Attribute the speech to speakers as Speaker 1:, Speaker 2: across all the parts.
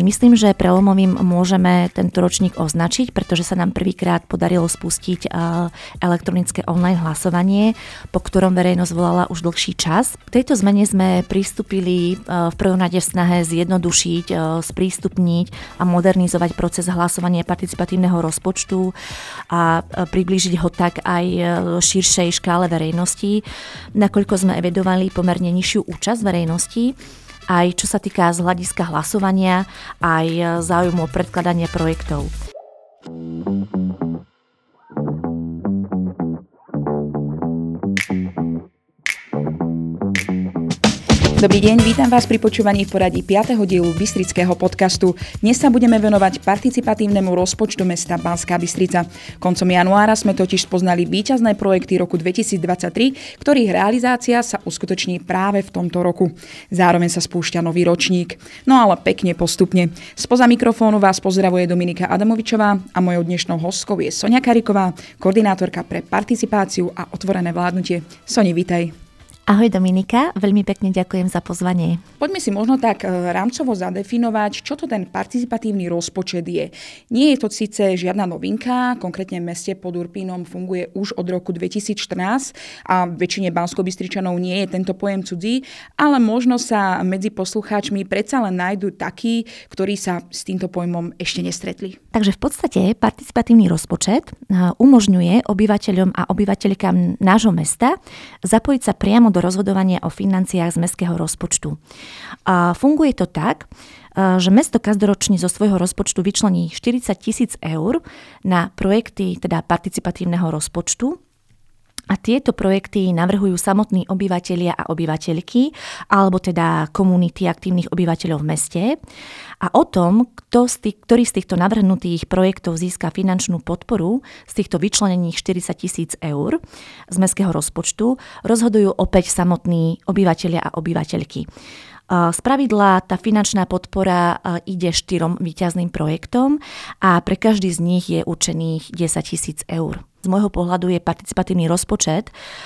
Speaker 1: ročníky. Myslím, že prelomovým môžeme tento ročník označiť, pretože sa nám prvýkrát podarilo spustiť elektronické online hlasovanie, po ktorom verejnosť volala už dlhší čas. K tejto zmene sme pristúpili v prvom rade v snahe zjednodušiť, sprístupniť a modernizovať proces hlasovania participatívneho rozpočtu a priblížiť ho tak aj širšej škále verejnosti, nakoľko sme evidovali pomerne nižšiu účasť verejnosti, aj čo sa týka z hľadiska hlasovania, aj záujmu o predkladanie projektov.
Speaker 2: Dobrý deň, vítam vás pri počúvaní v poradí 5. dielu Bystrického podcastu. Dnes sa budeme venovať participatívnemu rozpočtu mesta Banská Bystrica. Koncom januára sme totiž spoznali víťazné projekty roku 2023, ktorých realizácia sa uskutoční práve v tomto roku. Zároveň sa spúšťa nový ročník. No ale pekne postupne. Spoza mikrofónu vás pozdravuje Dominika Adamovičová a mojou dnešnou hostkou je Soňa Kariková, koordinátorka pre participáciu a otvorené vládnutie. Soni, vítaj.
Speaker 1: Ahoj Dominika, veľmi pekne ďakujem za pozvanie.
Speaker 2: Poďme si možno tak rámcovo zadefinovať, čo to ten participatívny rozpočet je. Nie je to síce žiadna novinka, konkrétne v meste pod Urpínom funguje už od roku 2014 a väčšine Banskobystričanov nie je tento pojem cudzí, ale možno sa medzi poslucháčmi predsa len nájdú takí, ktorí sa s týmto pojmom ešte nestretli.
Speaker 1: Takže v podstate participatívny rozpočet umožňuje obyvateľom a obyvateľkám nášho mesta zapojiť sa priamo do rozhodovania o financiách z mestského rozpočtu. Funguje to tak, že mesto každoročne zo svojho rozpočtu vyčlení 40 000 eur na projekty teda participatívneho rozpočtu. A tieto projekty navrhujú samotní obyvatelia a obyvateľky, alebo teda komunity aktívnych obyvateľov v meste. A o tom, ktorý z týchto navrhnutých projektov získa finančnú podporu z týchto vyčlenených 40 000 eur z mestského rozpočtu, rozhodujú opäť samotní obyvatelia a obyvateľky. Spravidla tá finančná podpora ide 4 víťazným projektom a pre každý z nich je určených 10 000 eur. Z môjho pohľadu je participatívny rozpočet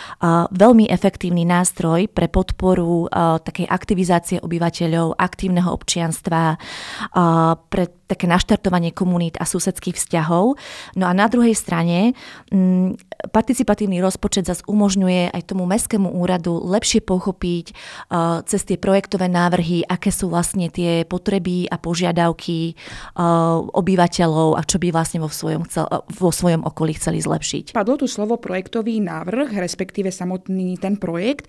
Speaker 1: veľmi efektívny nástroj pre podporu takej aktivizácie obyvateľov, aktívneho občianstva, pre také naštartovanie komunít a susedských vzťahov. No a na druhej strane participatívny rozpočet zase umožňuje aj tomu mestskému úradu lepšie pochopiť cez tie projektové návrhy, aké sú vlastne tie potreby a požiadavky obyvateľov a čo by vlastne vo svojom okolí chceli zlepšiť.
Speaker 2: Padlo tu slovo projektový návrh, respektíve samotný ten projekt.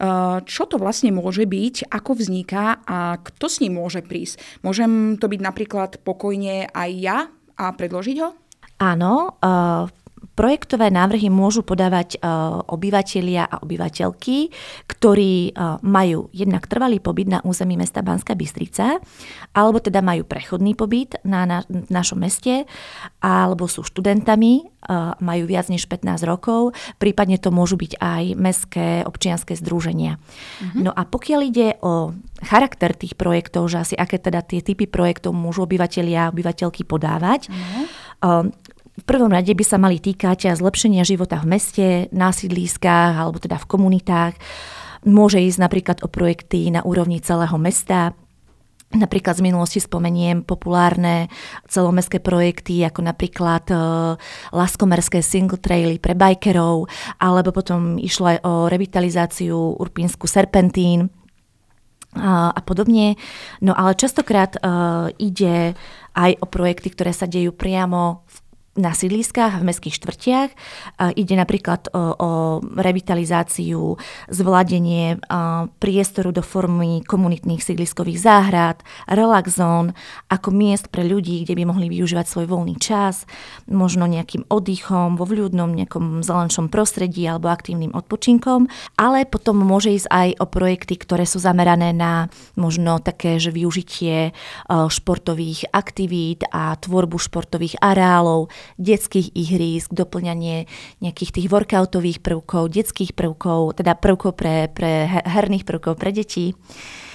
Speaker 2: Čo to vlastne môže byť, ako vzniká a kto s ním môže prísť? Môžem to byť napríklad pokojne aj ja a predložiť ho?
Speaker 1: Áno, projektové návrhy môžu podávať obyvatelia a obyvateľky, ktorí majú jednak trvalý pobyt na území mesta Banská Bystrica, alebo teda majú prechodný pobyt na našom meste, alebo sú študentami, majú viac než 15 rokov, prípadne to môžu byť aj mestské občianske združenia. No a pokiaľ ide o charakter tých projektov, že asi aké teda tie typy projektov môžu obyvatelia a obyvateľky podávať, v prvom rade by sa mali týkať zlepšenia života v meste, na sídliskách alebo teda v komunitách. Môže ísť napríklad o projekty na úrovni celého mesta. Napríklad z minulosti spomeniem populárne celomestské projekty, ako napríklad laskomerské single traily pre bajkerov, alebo potom išlo aj o revitalizáciu Urpínsku serpentín a podobne. No ale častokrát ide aj o projekty, ktoré sa dejú priamo na sídliskách a v mestských štvrtiach. Ide napríklad o revitalizáciu, zvládenie priestoru do formy komunitných sídliskových záhrad, relax zón, ako miest pre ľudí, kde by mohli využívať svoj voľný čas, možno nejakým oddychom, vo vľúdnom nejakom zelenšom prostredí alebo aktívnym odpočinkom, ale potom môže ísť aj o projekty, ktoré sú zamerané na možno také, že využitie športových aktivít a tvorbu športových areálov, detských ihrísk, doplňanie nejakých tých workoutových prvkov, detských prvkov, teda prvkov pre herných prvkov pre deti.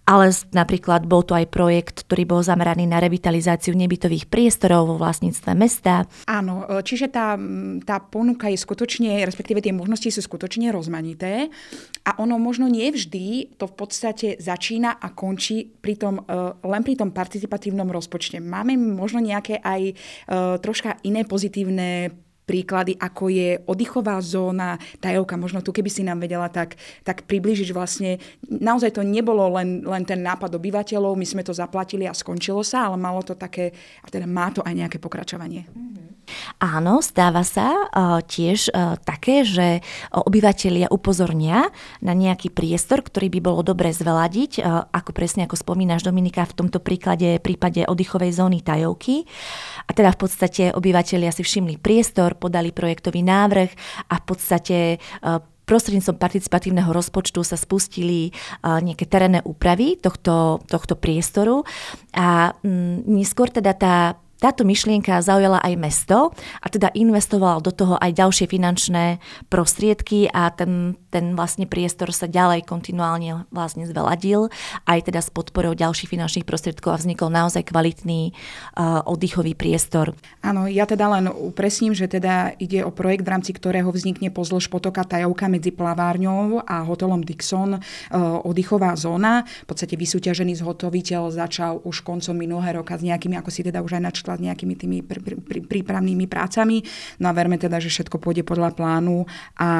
Speaker 1: Ale napríklad bol to aj projekt, ktorý bol zameraný na revitalizáciu nebytových priestorov vo vlastníctve mesta.
Speaker 2: Áno, čiže tá ponuka je skutočne, respektíve tie možnosti sú skutočne rozmanité a ono možno nie vždy to v podstate začína a končí len pri tom participatívnom rozpočte. Máme možno nejaké aj troška iné pozitívne príklady, ako je oddychová zóna Tajovka. Možno tu, keby si nám vedela tak priblížiť vlastne. Naozaj to nebolo len ten nápad obyvateľov, my sme to zaplatili a skončilo sa, ale malo to také, a teda má to aj nejaké pokračovanie.
Speaker 1: Áno, stáva sa tiež také, že obyvatelia upozornia na nejaký priestor, ktorý by bolo dobre zveladiť, ako presne ako spomínaš, Dominika, v tomto prípade oddychovej zóny Tajovky. A teda v podstate obyvatelia si všimli priestor, podali projektový návrh a v podstate prostredníctvom participatívneho rozpočtu sa spustili nejaké terénne úpravy tohto priestoru a neskôr teda táto myšlienka zaujala aj mesto a teda investovalo do toho aj ďalšie finančné prostriedky a ten vlastne priestor sa ďalej kontinuálne vlastne zveladil aj teda s podporou ďalších finančných prostriedkov a vznikol naozaj kvalitný oddychový priestor.
Speaker 2: Áno, ja teda len upresním, že teda ide o projekt, v rámci ktorého vznikne pozdĺž potoka Tajovka medzi plavárňou a hotelom Dixon oddychová zóna. V podstate vysúťažený zhotoviteľ začal už koncom minulého roka s nejakými, ako si teda už aj načal, s nejakými tými prípravnými prácami. No a verme teda, že všetko pôjde podľa plánu a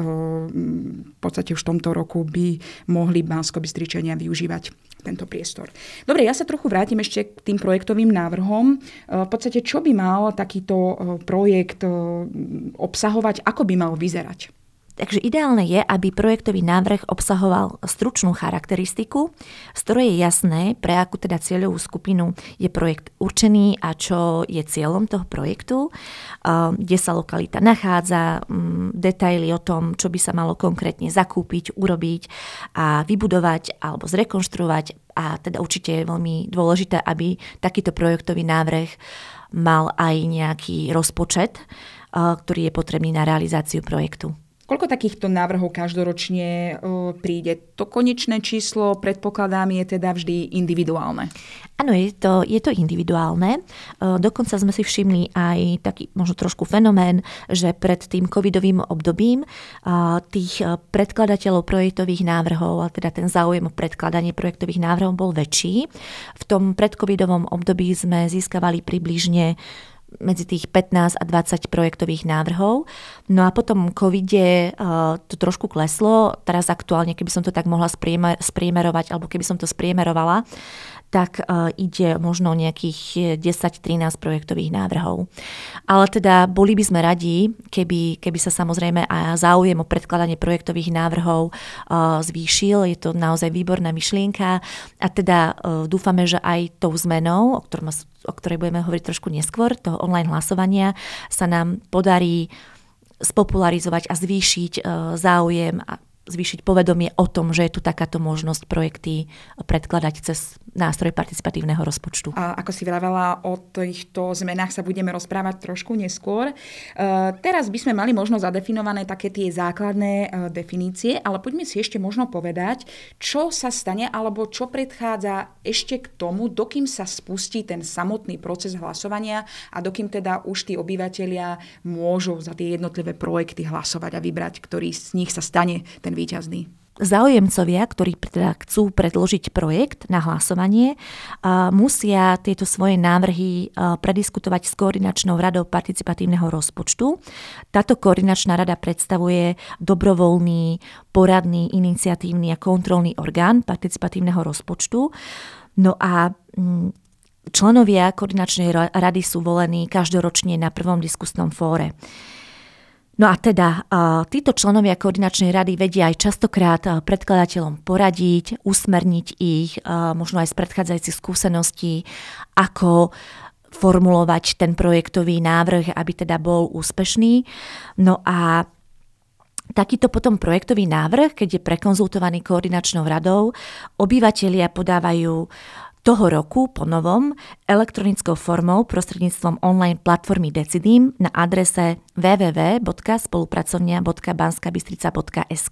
Speaker 2: v podstate už v tomto roku by mohli Banskobystričania využívať tento priestor. Dobre, ja sa trochu vrátim ešte k tým projektovým návrhom. V podstate, čo by mal takýto projekt obsahovať, ako by mal vyzerať?
Speaker 1: Takže ideálne je, aby projektový návrh obsahoval stručnú charakteristiku, z ktorej je jasné, pre akú teda cieľovú skupinu je projekt určený a čo je cieľom toho projektu, kde sa lokalita nachádza, detaily o tom, čo by sa malo konkrétne zakúpiť, urobiť a vybudovať alebo zrekonštruovať. A teda určite je veľmi dôležité, aby takýto projektový návrh mal aj nejaký rozpočet, ktorý je potrebný na realizáciu projektu.
Speaker 2: Koľko takýchto návrhov každoročne príde? To konečné číslo, predpokladám, je teda vždy individuálne.
Speaker 1: Áno, je to individuálne. Dokonca sme si všimli aj taký možno trošku fenomén, že pred tým covidovým obdobím tých predkladateľov projektových návrhov, a teda ten záujem o predkladanie projektových návrhov bol väčší. V tom predcovidovom období sme získavali približne medzi tých 15 a 20 projektových návrhov. No a potom covide to trošku kleslo. Teraz aktuálne, keby som to tak mohla spriemerovať, alebo keby som to spriemerovala, tak ide možno nejakých 10-13 projektových návrhov. Ale teda boli by sme radi, keby sa samozrejme aj záujem o predkladanie projektových návrhov zvýšil. Je to naozaj výborná myšlienka a teda dúfame, že aj tou zmenou, o ktorej budeme hovoriť trošku neskôr, toho online hlasovania, sa nám podarí spopularizovať a zvýšiť záujem a zvýšiť povedomie o tom, že je tu takáto možnosť projekty predkladať cez nástroj participatívneho rozpočtu.
Speaker 2: A ako si vravela, o týchto zmenách sa budeme rozprávať trošku neskôr. Teraz by sme mali možno zadefinované také tie základné definície, ale poďme si ešte možno povedať, čo sa stane alebo čo predchádza ešte k tomu, dokým sa spustí ten samotný proces hlasovania a dokým teda už tí obyvatelia môžu za tie jednotlivé projekty hlasovať a vybrať, ktorý z nich sa stane ten víťazný.
Speaker 1: Záujemcovia, ktorí teda chcú predložiť projekt na hlasovanie, musia tieto svoje návrhy prediskutovať s koordinačnou radou participatívneho rozpočtu. Táto koordinačná rada predstavuje dobrovoľný, poradný, iniciatívny a kontrolný orgán participatívneho rozpočtu. No a členovia koordinačnej rady sú volení každoročne na prvom diskusnom fóre. No a teda títo členovia koordinačnej rady vedia aj častokrát predkladateľom poradiť, usmerniť ich, možno aj z predchádzajúcich skúseností, ako formulovať ten projektový návrh, aby teda bol úspešný. No a takýto potom projektový návrh, keď je prekonzultovaný koordinačnou radou, obyvatelia podávajú toho roku po novom elektronickou formou prostredníctvom online platformy Decidim na adrese www.spolupracovnia.banskabystrica.sk.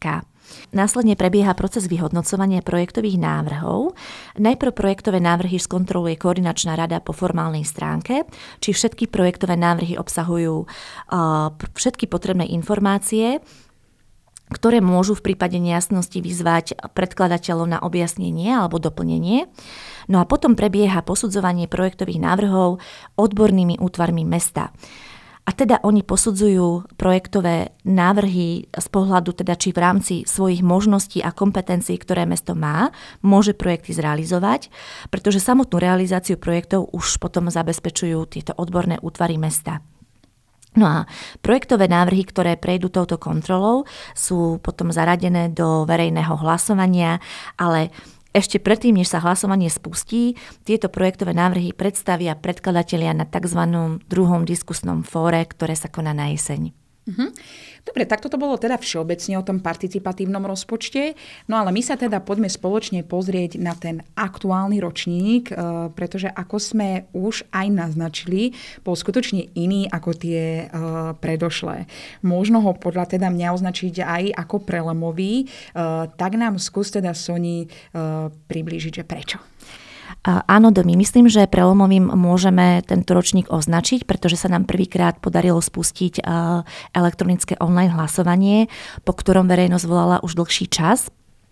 Speaker 1: Následne prebieha proces vyhodnocovania projektových návrhov. Najprv projektové návrhy skontroluje koordinačná rada po formálnej stránke, či všetky projektové návrhy obsahujú všetky potrebné informácie, ktoré môžu v prípade nejasnosti vyzvať predkladateľov na objasnenie alebo doplnenie. No a potom prebieha posudzovanie projektových návrhov odbornými útvarmi mesta. A teda oni posudzujú projektové návrhy z pohľadu, teda či v rámci svojich možností a kompetencií, ktoré mesto má, môže projekty zrealizovať, pretože samotnú realizáciu projektov už potom zabezpečujú tieto odborné útvary mesta. No a projektové návrhy, ktoré prejdú touto kontrolou, sú potom zaradené do verejného hlasovania, ale ešte predtým, než sa hlasovanie spustí, tieto projektové návrhy predstavia predkladatelia na tzv. Druhom diskusnom fóre, ktoré sa koná na jeseň.
Speaker 2: Dobre, tak toto bolo teda všeobecne o tom participatívnom rozpočte. No ale my sa teda poďme spoločne pozrieť na ten aktuálny ročník, pretože ako sme už aj naznačili, bol skutočne iný ako tie predošlé. Možno ho podľa teda mňa označiť aj ako prelomový. Tak nám skús teda, Soni, priblížiť, že prečo.
Speaker 1: Áno, Domi, myslím, že prelomovým môžeme tento ročník označiť, pretože sa nám prvýkrát podarilo spustiť elektronické online hlasovanie, po ktorom verejnosť volala už dlhší čas.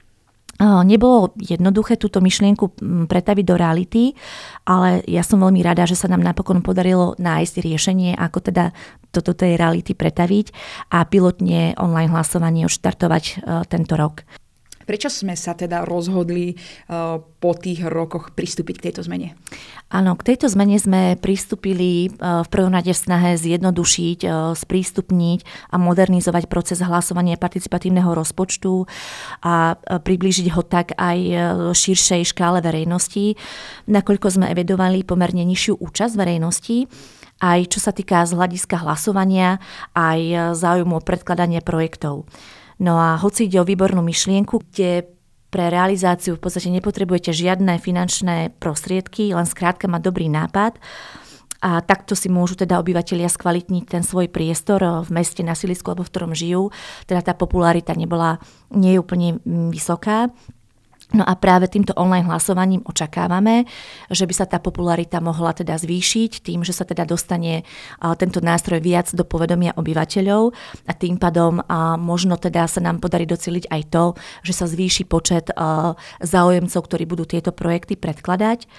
Speaker 1: Nebolo jednoduché túto myšlienku pretaviť do reality, ale ja som veľmi rada, že sa nám napokon podarilo nájsť riešenie, ako teda toto tej reality pretaviť a pilotne online hlasovanie odštartovať tento rok.
Speaker 2: Prečo sme sa teda rozhodli po tých rokoch pristúpiť k tejto zmene?
Speaker 1: Áno, k tejto zmene sme pristúpili v prvom rade v snahe zjednodušiť, sprístupniť a modernizovať proces hlasovania participatívneho rozpočtu a priblížiť ho tak aj širšej škále verejnosti, nakoľko sme evidovali pomerne nižšiu účasť verejnosti, aj čo sa týka z hľadiska hlasovania, aj záujmu o predkladanie projektov. No a hoci ide o výbornú myšlienku, kde pre realizáciu v podstate nepotrebujete žiadne finančné prostriedky, len skrátka má dobrý nápad. A takto si môžu teda obyvatelia skvalitniť ten svoj priestor v meste, na sídlisku, alebo v ktorom žijú. Teda tá popularita nie je úplne vysoká. No a práve týmto online hlasovaním očakávame, že by sa tá popularita mohla teda zvýšiť tým, že sa teda dostane tento nástroj viac do povedomia obyvateľov a tým pádom možno teda sa nám podarí docieliť aj to, že sa zvýši počet záujemcov, ktorí budú tieto projekty predkladať.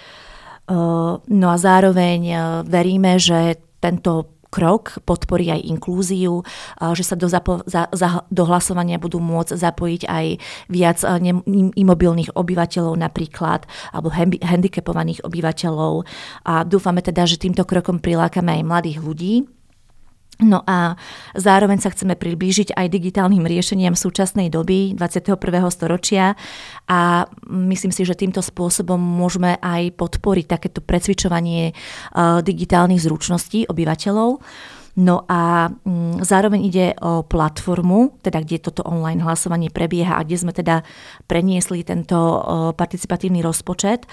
Speaker 1: No a zároveň veríme, že tento krok podporí aj inklúziu, že sa do hlasovania budú môcť zapojiť aj viac imobilných obyvateľov napríklad, alebo handicapovaných obyvateľov. A dúfame teda, že týmto krokom prilákame aj mladých ľudí. No a zároveň sa chceme priblížiť aj digitálnym riešeniam súčasnej doby 21. storočia a myslím si, že týmto spôsobom môžeme aj podporiť takéto precvičovanie digitálnych zručností obyvateľov. No a zároveň ide o platformu, teda kde toto online hlasovanie prebieha a kde sme teda preniesli tento participatívny rozpočet,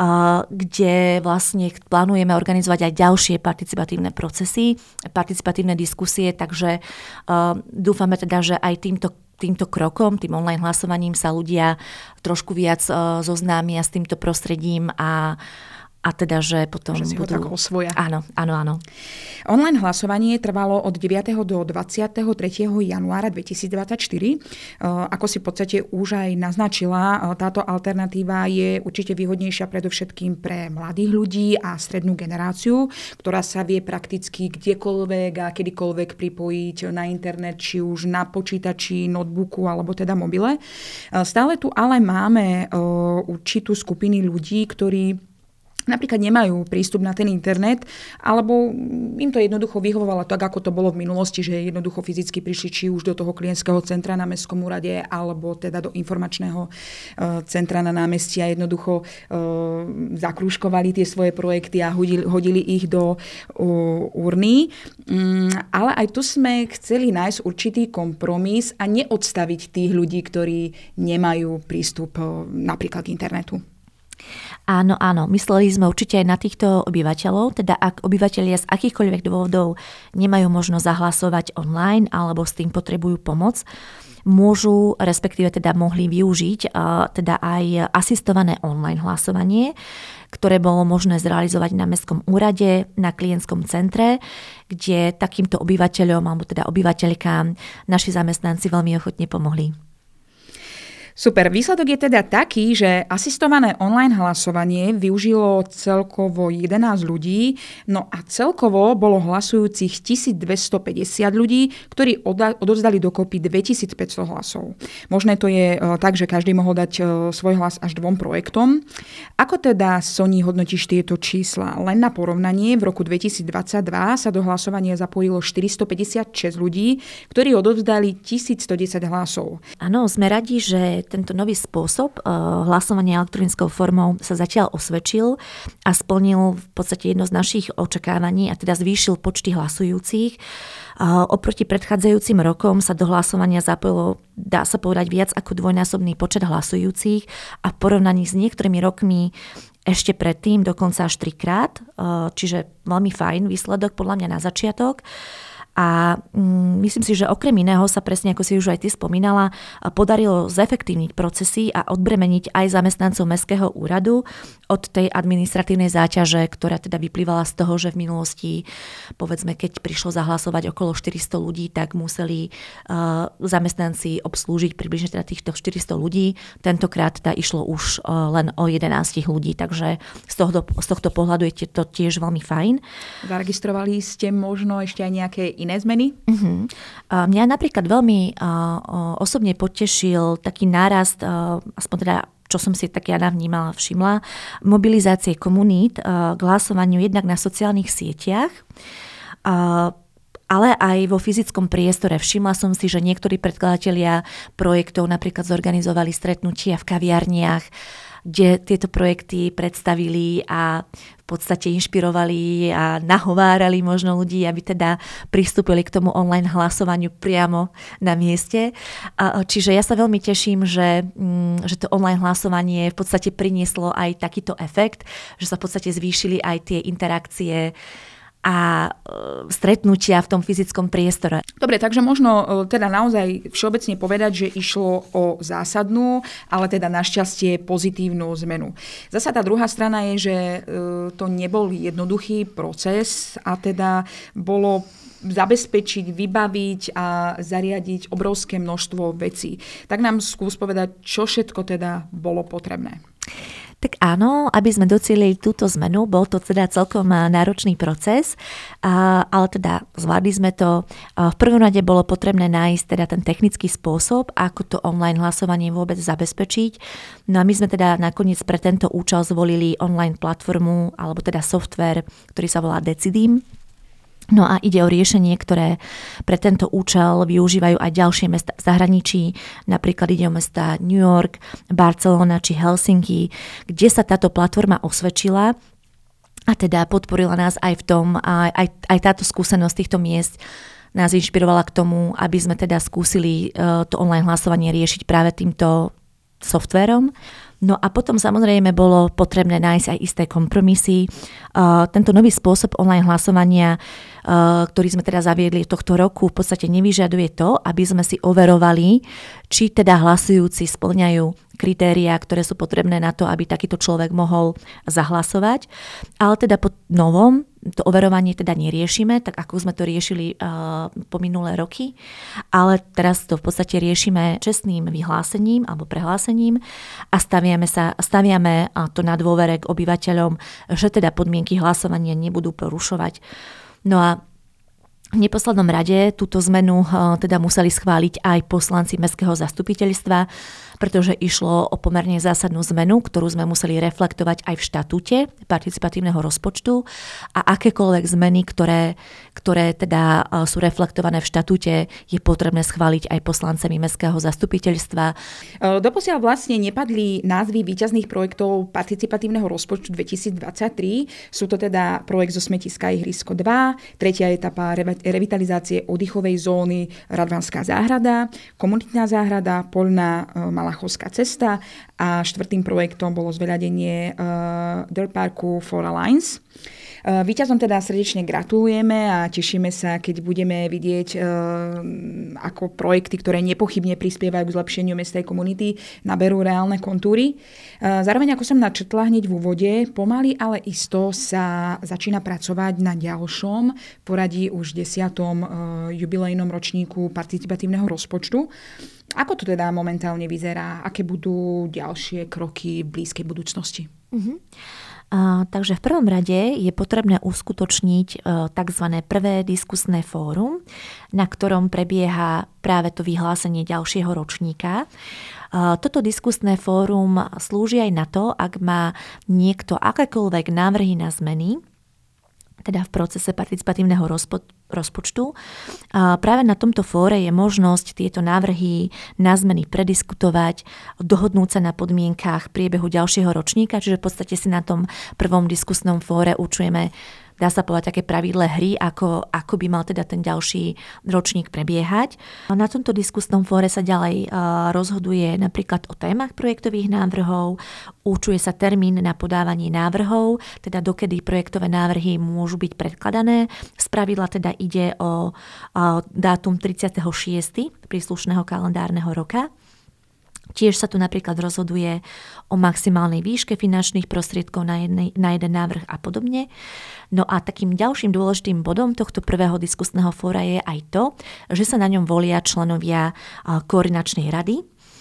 Speaker 1: kde vlastne plánujeme organizovať aj ďalšie participatívne procesy, participatívne diskusie, takže dúfame teda, že aj týmto krokom, tým online hlasovaním sa ľudia trošku viac zoznámia s týmto prostredím a teda, že potom
Speaker 2: že si ho tak osvoja.
Speaker 1: Áno.
Speaker 2: Online hlasovanie trvalo od 9. do 23. januára 2024. Ako si v podstate už aj naznačila, táto alternatíva je určite výhodnejšia predovšetkým pre mladých ľudí a strednú generáciu, ktorá sa vie prakticky kdekoľvek a kedykoľvek pripojiť na internet, či už na počítači, notebooku alebo teda mobile. Stále tu ale máme určitú skupiny ľudí, ktorí napríklad nemajú prístup na ten internet, alebo im to jednoducho vyhovovalo tak, ako to bolo v minulosti, že jednoducho fyzicky prišli či už do toho klientského centra na mestskom úrade, alebo teda do informačného centra na námestí a jednoducho zakrúžkovali tie svoje projekty a hodili ich do urny. Ale aj tu sme chceli nájsť určitý kompromis a neodstaviť tých ľudí, ktorí nemajú prístup napríklad k internetu.
Speaker 1: Áno, mysleli sme určite aj na týchto obyvateľov, teda ak obyvatelia z akýchkoľvek dôvodov nemajú možnosť zahlasovať online alebo s tým potrebujú pomoc, môžu, respektíve teda mohli využiť teda aj asistované online hlasovanie, ktoré bolo možné zrealizovať na mestskom úrade, na klientskom centre, kde takýmto obyvateľom alebo teda obyvateľkám naši zamestnanci veľmi ochotne pomohli.
Speaker 2: Super, výsledok je teda taký, že asistované online hlasovanie využilo celkovo 11 ľudí, no a celkovo bolo hlasujúcich 1250 ľudí, ktorí odovzdali dokopy 2500 hlasov. Možné to je tak, že každý mohol dať svoj hlas až 2 projektom. Ako teda, Soni, hodnotíš tieto čísla? Len na porovnanie, v roku 2022 sa do hlasovania zapojilo 456 ľudí, ktorí odovzdali 1110 hlasov.
Speaker 1: Áno, sme radi, že tento nový spôsob hlasovania elektronickou formou sa zatiaľ osvedčil a splnil v podstate jedno z našich očakávaní a teda zvýšil počty hlasujúcich. Oproti predchádzajúcim rokom sa do hlasovania zapojilo, dá sa povedať, viac ako dvojnásobný počet hlasujúcich a v porovnaní s niektorými rokmi ešte predtým dokonca až 3-krát, čiže veľmi fajn výsledok podľa mňa na začiatok. A myslím si, že okrem iného sa presne, ako si už aj ty spomínala, podarilo zefektívniť procesy a odbremeniť aj zamestnancov mestského úradu od tej administratívnej záťaže, ktorá teda vyplývala z toho, že v minulosti, povedzme, keď prišlo zahlasovať okolo 400 ľudí, tak museli zamestnanci obslúžiť približne teda týchto 400 ľudí. Tentokrát teda išlo už len o 11 ľudí, takže z tohto pohľadu je to tiež veľmi fajn.
Speaker 2: Zaregistrovali ste možno ešte aj nejaké iné zmeny?
Speaker 1: Mňa napríklad veľmi osobne potešil taký nárast, aspoň teda čo som si tak ja navnímala, všimla, mobilizácie komunít k hlasovaniu jednak na sociálnych sieťach, ale aj vo fyzickom priestore. Všimla som si, že niektorí predkladatelia projektov napríklad zorganizovali stretnutia v kaviarniach, kde tieto projekty predstavili a v podstate inšpirovali a nahovárali možno ľudí, aby teda pristúpili k tomu online hlasovaniu priamo na mieste. Čiže ja sa veľmi teším, že to online hlasovanie v podstate prinieslo aj takýto efekt, že sa v podstate zvýšili aj tie interakcie a stretnutia v tom fyzickom priestore.
Speaker 2: Dobre, takže možno teda naozaj všeobecne povedať, že išlo o zásadnú, ale teda našťastie pozitívnu zmenu. Zasa tá druhá strana je, že to nebol jednoduchý proces a teda bolo zabezpečiť, vybaviť a zariadiť obrovské množstvo vecí. Tak nám skús povedať, čo všetko teda bolo potrebné.
Speaker 1: Tak áno, aby sme docielili túto zmenu, bol to teda celkom náročný proces, ale teda zvládli sme to. V prvom rade bolo potrebné nájsť teda ten technický spôsob, ako to online hlasovanie vôbec zabezpečiť. No a my sme teda nakoniec pre tento účel zvolili online platformu, alebo teda software, ktorý sa volá Decidim. No a ide o riešenie, ktoré pre tento účel využívajú aj ďalšie mestá v zahraničí. Napríklad ide o mestá New York, Barcelona či Helsinki, kde sa táto platforma osvedčila a teda podporila nás aj v tom, aj táto skúsenosť týchto miest nás inšpirovala k tomu, aby sme teda skúsili to online hlasovanie riešiť práve týmto softvérom. No a potom samozrejme bolo potrebné nájsť aj isté kompromisy. Tento nový spôsob online hlasovania, ktorý sme teda zaviedli tohto roku, v podstate nevyžaduje to, aby sme si overovali, či teda hlasujúci spĺňajú kritériá, ktoré sú potrebné na to, aby takýto človek mohol zahlasovať. Ale teda po novom to overovanie teda neriešime, tak ako sme to riešili po minulé roky, ale teraz to v podstate riešime čestným vyhlásením alebo prehlásením a staviame to na dôvere k obyvateľom, že teda podmienky hlasovania nebudú porušovať. No a v neposlednom rade túto zmenu teda museli schváliť aj poslanci mestského zastupiteľstva, pretože išlo o pomerne zásadnú zmenu, ktorú sme museli reflektovať aj v štatúte participatívneho rozpočtu a akékoľvek zmeny, ktoré teda sú reflektované v štatúte, je potrebné schváliť aj poslancami mestského zastupiteľstva.
Speaker 2: Doposiaľ vlastne nepadli názvy víťazných projektov participatívneho rozpočtu 2023. Sú to teda projekt zo smetiska Ihrisko 2, tretia etapa revitalizácie oddychovej zóny Radvanská záhrada, komunitná záhrada, poľná Malachovská cesta a 4. projektom bolo zveľadenie Dirt Parku For Alliance. Víťazom teda srdečne gratulujeme a tešíme sa, keď budeme vidieť, ako projekty, ktoré nepochybne prispievajú k zlepšeniu mestskej komunity, naberú reálne kontúry. Zároveň, ako som načrtla hneď v úvode, pomaly, ale isto sa začína pracovať na ďalšom poradí už 10. jubilejnom ročníku participatívneho rozpočtu. Ako to teda momentálne vyzerá? Aké budú ďalšie kroky v blízkej budúcnosti?
Speaker 1: Takže v prvom rade je potrebné uskutočniť tzv. Prvé diskusné fórum, na ktorom prebieha práve to vyhlásenie ďalšieho ročníka. Toto diskusné fórum slúži aj na to, ak má niekto akékoľvek návrhy na zmeny, teda v procese participatívneho rozpočtu. Práve na tomto fóre je možnosť tieto návrhy na zmeny prediskutovať, dohodnúť sa na podmienkách priebehu ďalšieho ročníka, čiže v podstate si na tom prvom diskusnom fóre určujeme, dá sa povedať, také pravidlé hry, ako by mal teda ten ďalší ročník prebiehať. Na tomto diskusnom fóre sa ďalej rozhoduje napríklad o témach projektových návrhov, určuje sa termín na podávanie návrhov, teda dokedy projektové návrhy môžu byť predkladané. Spravidla teda ide o dátum 36. príslušného kalendárneho roka. Tiež sa tu napríklad rozhoduje o maximálnej výške finančných prostriedkov na jeden návrh a podobne. No a takým ďalším dôležitým bodom tohto prvého diskusného fóra je aj to, že sa na ňom volia členovia koordinačnej rady.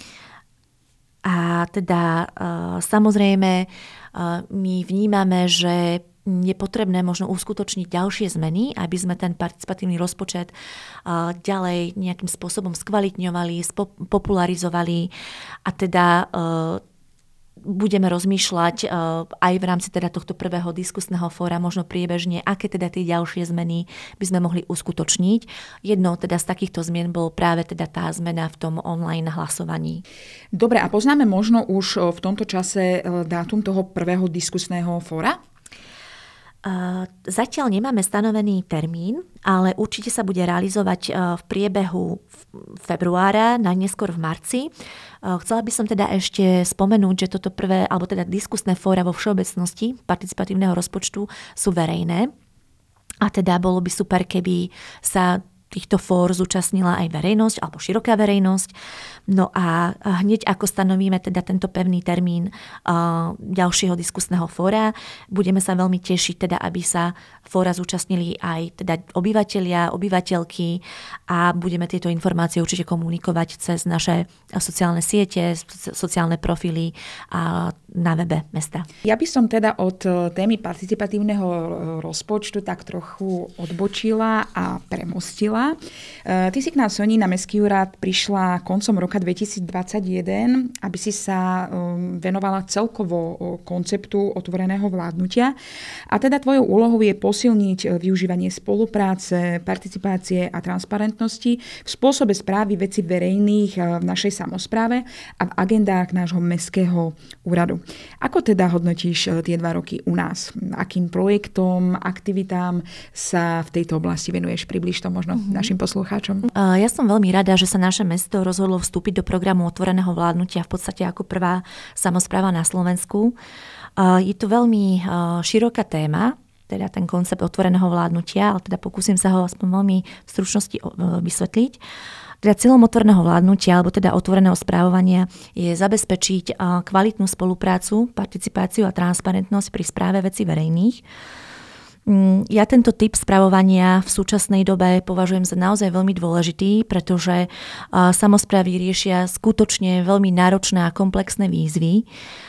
Speaker 1: A teda samozrejme my vnímame, že je potrebné možno uskutočniť ďalšie zmeny, aby sme ten participatívny rozpočet ďalej nejakým spôsobom skvalitňovali, popularizovali a teda budeme rozmýšľať aj v rámci teda tohto prvého diskusného fóra možno priebežne, aké teda tie ďalšie zmeny by sme mohli uskutočniť. Jednou teda z takýchto zmien bol práve teda tá zmena v tom online hlasovaní.
Speaker 2: Dobre, a poznáme možno už v tomto čase dátum toho prvého diskusného fóra?
Speaker 1: Zatiaľ nemáme stanovený termín, ale určite sa bude realizovať v priebehu februára, najneskôr v marci. Chcela by som teda ešte spomenúť, že toto prvé, alebo teda diskusné fóra vo všeobecnosti participatívneho rozpočtu sú verejné. A teda bolo by super, keby sa týchto fór zúčastnila aj verejnosť alebo široká verejnosť. No a hneď ako stanovíme teda tento pevný termín ďalšieho diskusného fóra, budeme sa veľmi tešiť teda, aby sa fóra zúčastnili aj teda obyvatelia, obyvateľky a budeme tieto informácie určite komunikovať cez naše sociálne siete, sociálne profily a na webe mesta.
Speaker 2: Ja by som teda od témy participatívneho rozpočtu tak trochu odbočila a premostila. Ty si k nás, Soni, na Mestský úrad prišla koncom roka 2021, aby si sa venovala celkovo konceptu otvoreného vládnutia. A teda tvojou úlohou je posilniť využívanie spolupráce, participácie a transparentnosti v spôsobe správy vecí verejných v našej samospráve a v agendách nášho Mestského úradu. Ako teda hodnotíš tie 2 roky u nás? Akým projektom, aktivitám sa v tejto oblasti venuješ? Približ to možno našim poslucháčom.
Speaker 1: Ja som veľmi rada, že sa naše mesto rozhodlo vstúpiť do programu otvoreného vládnutia v podstate ako prvá samospráva na Slovensku. Je to veľmi široká téma, teda ten koncept otvoreného vládnutia, ale teda pokúsim sa ho aspoň veľmi v stručnosti vysvetliť. Teda cieľom otvoreného vládnutia, alebo teda otvoreného správovania je zabezpečiť kvalitnú spoluprácu, participáciu a transparentnosť pri správe vecí verejných. Ja tento typ spravovania v súčasnej dobe považujem za naozaj veľmi dôležitý, pretože samosprávy riešia skutočne veľmi náročné a komplexné výzvy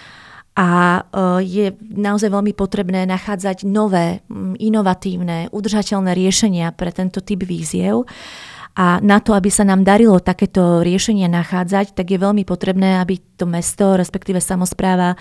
Speaker 1: a je naozaj veľmi potrebné nachádzať nové, inovatívne, udržateľné riešenia pre tento typ výziev. A na to, aby sa nám darilo takéto riešenia nachádzať, tak je veľmi potrebné, aby to mesto, respektíve samospráva,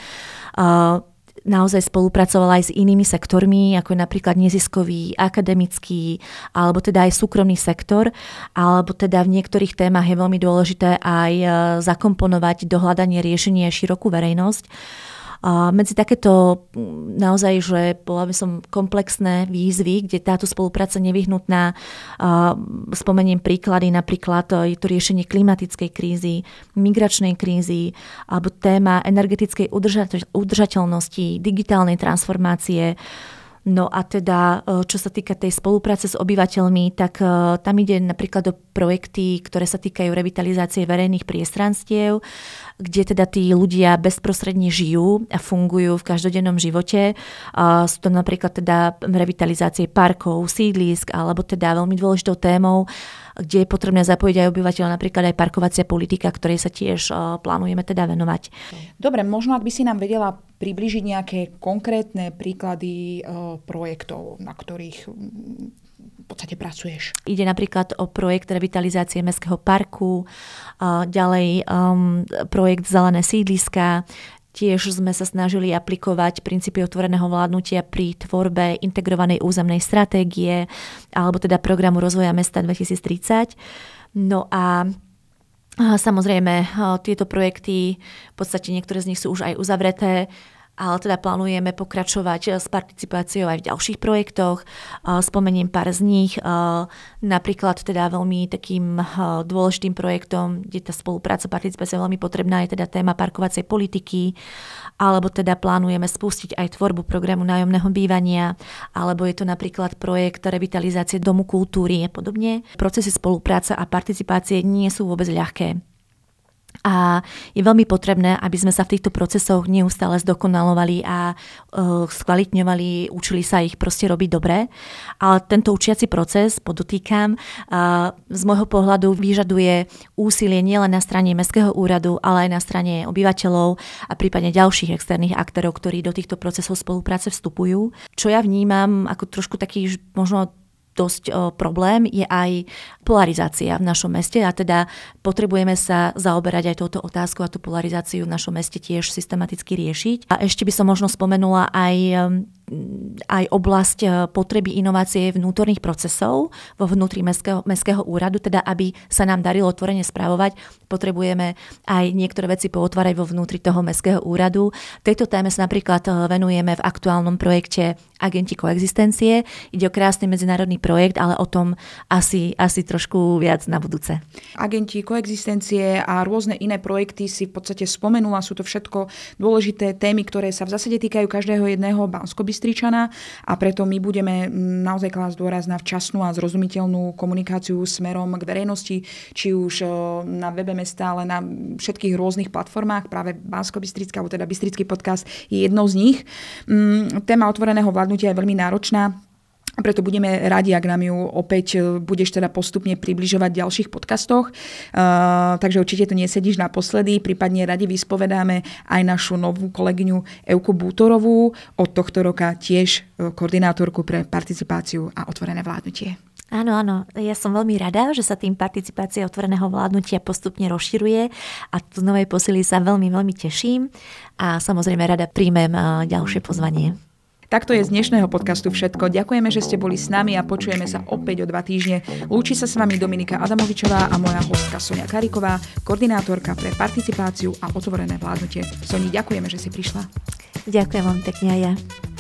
Speaker 1: naozaj spolupracovala aj s inými sektormi, ako je napríklad neziskový, akademický, alebo teda aj súkromný sektor, alebo teda v niektorých témach je veľmi dôležité aj zakomponovať do hľadania riešenia širokú verejnosť. Medzi takéto naozaj, že bola by som komplexné výzvy, kde táto spolupráca nevyhnutná, spomeniem príklady, napríklad je to riešenie klimatickej krízy, migračnej krízy, alebo téma energetickej udržateľnosti, digitálnej transformácie. No a teda, čo sa týka tej spolupráce s obyvateľmi, tak tam ide napríklad o projekty, ktoré sa týkajú revitalizácie verejných priestranstiev, kde teda tí ľudia bezprostredne žijú a fungujú v každodennom živote. Sú to napríklad teda revitalizácie parkov, sídlisk, alebo teda veľmi dôležitou témou, kde je potrebné zapojiť aj obyvateľov, napríklad aj parkovacia politika, ktorej sa tiež plánujeme teda venovať.
Speaker 2: Dobre, možno ak by si nám vedela približiť nejaké konkrétne príklady projektov, na ktorých v podstate pracuješ.
Speaker 1: Ide napríklad o projekt revitalizácie mestského parku, ďalej projekt Zelené sídliska. Tiež sme sa snažili aplikovať princípy otvoreného vládnutia pri tvorbe integrovanej územnej stratégie alebo teda programu rozvoja mesta 2030. No a samozrejme tieto projekty, v podstate niektoré z nich sú už aj uzavreté, ale teda plánujeme pokračovať s participáciou aj v ďalších projektoch. Spomeniem pár z nich. Napríklad teda veľmi takým dôležitým projektom, kde tá spolupráca, participácia je veľmi potrebná, je teda téma parkovacej politiky, alebo teda plánujeme spustiť aj tvorbu programu nájomného bývania, alebo je to napríklad projekt revitalizácie domu kultúry a podobne. Procesy spolupráce a participácie nie sú vôbec ľahké. A je veľmi potrebné, aby sme sa v týchto procesoch neustále zdokonalovali a skvalitňovali, učili sa ich proste robiť dobre. Ale tento učiaci proces, podotýkam, z môjho pohľadu vyžaduje úsilie nielen na strane mestského úradu, ale aj na strane obyvateľov a prípadne ďalších externých aktérov, ktorí do týchto procesov spolupráce vstupujú. Čo ja vnímam ako trošku taký možno dosť problém, je aj polarizácia v našom meste a teda potrebujeme sa zaoberať aj touto otázkou a tú polarizáciu v našom meste tiež systematicky riešiť. A ešte by som možno spomenula aj oblasť potreby inovácie vnútorných procesov vo vnútri mestského úradu, teda aby sa nám darilo otvorene správovať, potrebujeme aj niektoré veci pootvárať vo vnútri toho mestského úradu. Tejto téme sa napríklad venujeme v aktuálnom projekte Agenti koexistencie. Ide o krásny medzinárodný projekt, ale o tom asi trošku viac na budúce.
Speaker 2: Agenti koexistencie a rôzne iné projekty si v podstate spomenula, sú to všetko dôležité témy, ktoré sa v zásade týkajú každého jedného Banskobystričana a preto my budeme naozaj klásť dôraz na včasnú a zrozumiteľnú komunikáciu smerom k verejnosti, či už na webe mesta, ale na všetkých rôznych platformách. Práve Banskobystrická, alebo teda Bystrický podcast je jednou z nich. Téma otvoreného vládnutia je veľmi náročná. Preto budeme radi, ak nám ju opäť budeš teda postupne približovať v ďalších podcastoch. Takže určite to nesedíš naposledy. Prípadne radi vyspovedáme aj našu novú kolegyňu Evku Bútorovú, od tohto roka tiež koordinátorku pre participáciu a otvorené vládnutie.
Speaker 1: Áno, ja som veľmi rada, že sa tým participácia otvoreného vládnutia postupne rozširuje a z novej posily sa veľmi, veľmi teším a samozrejme rada príjmem ďalšie pozvanie.
Speaker 2: Takto je z dnešného podcastu všetko. Ďakujeme, že ste boli s nami a počujeme sa opäť o 2 týždne. Lúči sa s vami Dominika Adamovičová a moja hostka Sonia Kariková, koordinátorka pre participáciu a otvorené vládnutie. Soni, ďakujeme, že si prišla.
Speaker 1: Ďakujem vám pekne aj ja.